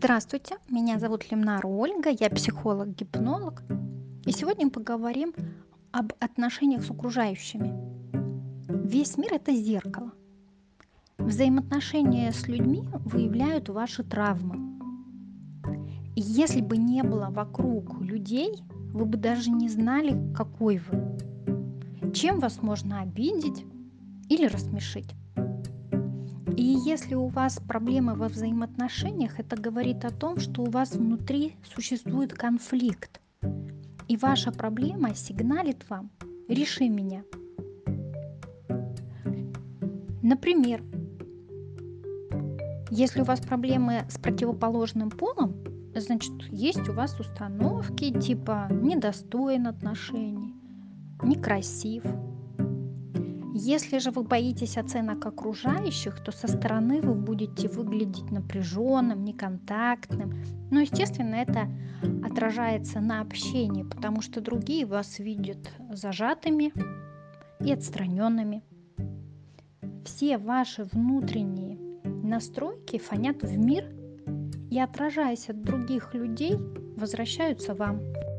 Здравствуйте, меня зовут Лемнара Ольга, я психолог-гипнолог, и сегодня мы поговорим об отношениях с окружающими. Весь мир– это зеркало. Взаимоотношения с людьми выявляют ваши травмы. И если бы не было вокруг людей, вы бы даже не знали, какой вы, чем вас можно обидеть или рассмешить. И если у вас проблемы во взаимоотношениях, это говорит о том, что у вас внутри существует конфликт. И ваша проблема сигналит вам «реши меня». Например, если у вас проблемы с противоположным полом, значит, есть у вас установки типа «недостоин отношений», «некрасив». Если же вы боитесь оценок окружающих, то со стороны вы будете выглядеть напряженным, неконтактным. Но, естественно, это отражается на общении, потому что другие вас видят зажатыми и отстраненными. Все ваши внутренние настройки фонят в мир и, отражаясь от других людей, возвращаются вам.